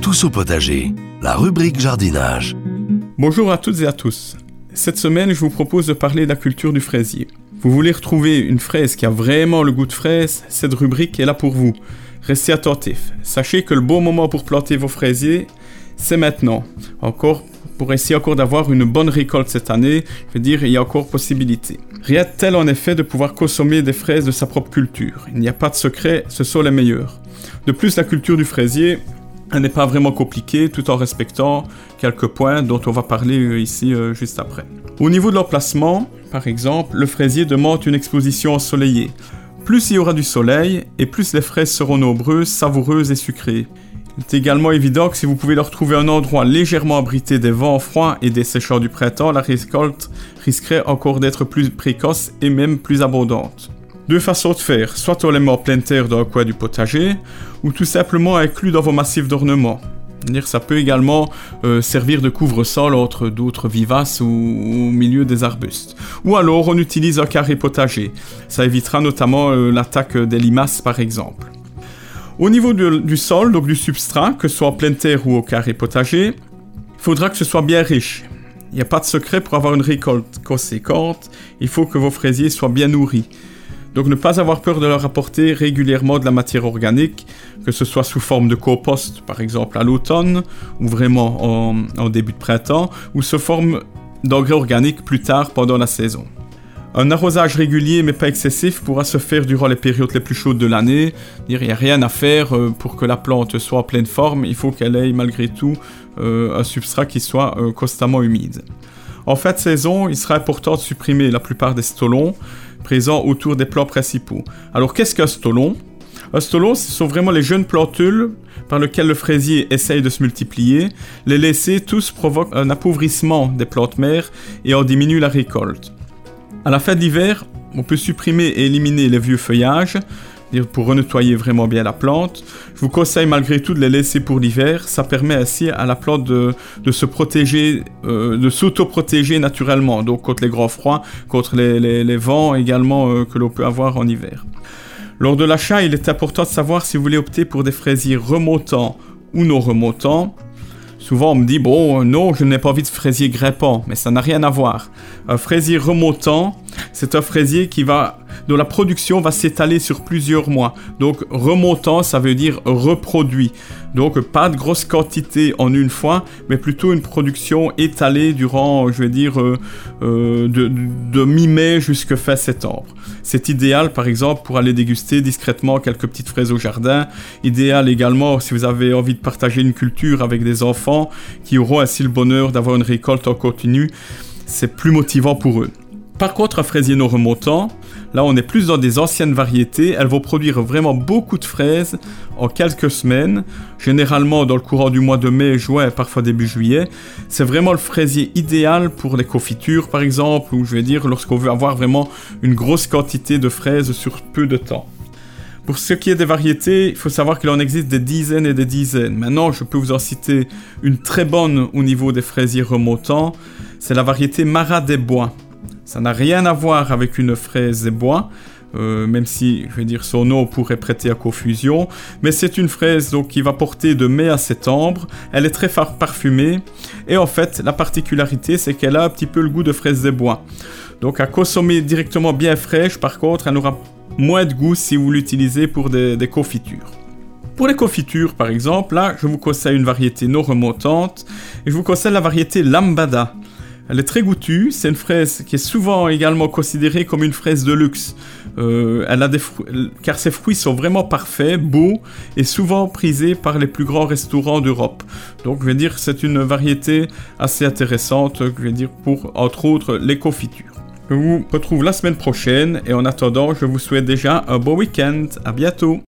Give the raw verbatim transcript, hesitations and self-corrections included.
Tous au potager, la rubrique jardinage. Bonjour à toutes et à tous. Cette semaine, je vous propose de parler de la culture du fraisier. Vous voulez retrouver une fraise qui a vraiment le goût de fraise? Cette rubrique est là pour vous. Restez attentifs. Sachez que le bon moment pour planter vos fraisiers, c'est maintenant. Encore, pour essayer encore d'avoir une bonne récolte cette année, je veux dire, il y a encore possibilité. Rien de tel en effet de pouvoir consommer des fraises de sa propre culture. Il n'y a pas de secret, ce sont les meilleurs. De plus, la culture du fraisier, elle n'est pas vraiment compliquée, tout en respectant quelques points dont on va parler ici euh, juste après. Au niveau de l'emplacement, par exemple, le fraisier demande une exposition ensoleillée. Plus il y aura du soleil, et plus les fraises seront nombreuses, savoureuses et sucrées. Il est également évident que si vous pouvez leur trouver un endroit légèrement abrité des vents froids et des sécheurs du printemps, la récolte risquerait encore d'être plus précoce et même plus abondante. Deux façons de faire, soit on les met en pleine terre dans un coin du potager, ou tout simplement inclus dans vos massifs d'ornement. C'est-à-dire, ça peut également euh, servir de couvre-sol entre d'autres vivaces ou au milieu des arbustes. Ou alors on utilise un carré potager. Ça évitera notamment euh, l'attaque des limaces par exemple. Au niveau de, du sol, donc du substrat, que ce soit en pleine terre ou au carré potager, il faudra que ce soit bien riche. Il n'y a pas de secret pour avoir une récolte conséquente, il faut que vos fraisiers soient bien nourris. Donc ne pas avoir peur de leur apporter régulièrement de la matière organique, que ce soit sous forme de compost, par exemple à l'automne, ou vraiment en, en début de printemps, ou sous forme d'engrais organiques plus tard pendant la saison. Un arrosage régulier mais pas excessif pourra se faire durant les périodes les plus chaudes de l'année. Il n'y a rien à faire pour que la plante soit en pleine forme, il faut qu'elle ait malgré tout euh, un substrat qui soit euh, constamment humide. En fin de saison, il sera important de supprimer la plupart des stolons présents autour des plants principaux. Alors qu'est-ce qu'un stolon? Un stolon, ce sont vraiment les jeunes plantules par lesquelles le fraisier essaye de se multiplier. Les laisser tous provoquent un appauvrissement des plantes mères et en diminue la récolte. À la fin de l'hiver, on peut supprimer et éliminer les vieux feuillages pour renettoyer vraiment bien la plante. Je vous conseille malgré tout de les laisser pour l'hiver. Ça permet ainsi à la plante de, de se protéger, euh, de s'auto-protéger naturellement, donc contre les grands froids, contre les, les, les vents également euh, que l'on peut avoir en hiver. Lors de l'achat, il est important de savoir si vous voulez opter pour des fraisiers remontants ou non remontants. Souvent, on me dit, bon, non, je n'ai pas envie de fraisier grimpant, mais ça n'a rien à voir. Un fraisier remontant, c'est un fraisier qui va, dont la production va s'étaler sur plusieurs mois. Donc, remontant, ça veut dire reproduit. Donc, pas de grosse quantité en une fois, mais plutôt une production étalée durant, je vais dire, euh, euh, de, de mi-mai jusqu'à fin septembre. C'est idéal, par exemple, pour aller déguster discrètement quelques petites fraises au jardin. Idéal également si vous avez envie de partager une culture avec des enfants qui auront ainsi le bonheur d'avoir une récolte en continu. C'est plus motivant pour eux. Par contre, un fraisier non remontant, là on est plus dans des anciennes variétés, elles vont produire vraiment beaucoup de fraises en quelques semaines, généralement dans le courant du mois de mai, juin, parfois début juillet. C'est vraiment le fraisier idéal pour les confitures par exemple, ou je vais dire lorsqu'on veut avoir vraiment une grosse quantité de fraises sur peu de temps. Pour ce qui est des variétés, il faut savoir qu'il en existe des dizaines et des dizaines. Maintenant, je peux vous en citer une très bonne au niveau des fraisiers remontants, c'est la variété Marat des Bois. Ça n'a rien à voir avec une fraise des bois, euh, même si, je vais dire, son nom pourrait prêter à confusion. Mais c'est une fraise donc, qui va porter de mai à septembre. Elle est très parfumée. Et en fait, la particularité, c'est qu'elle a un petit peu le goût de fraise des bois. Donc, à consommer directement bien fraîche, par contre, elle aura moins de goût si vous l'utilisez pour des, des confitures. Pour les confitures, par exemple, là, je vous conseille une variété non remontante. Et je vous conseille la variété Lambada. Elle est très goûtue, c'est une fraise qui est souvent également considérée comme une fraise de luxe, euh, elle a des fru- car ses fruits sont vraiment parfaits, beaux et souvent prisés par les plus grands restaurants d'Europe. Donc je vais dire que c'est une variété assez intéressante, je vais dire pour entre autres les confitures. Je vous retrouve la semaine prochaine et en attendant je vous souhaite déjà un bon week-end, à bientôt.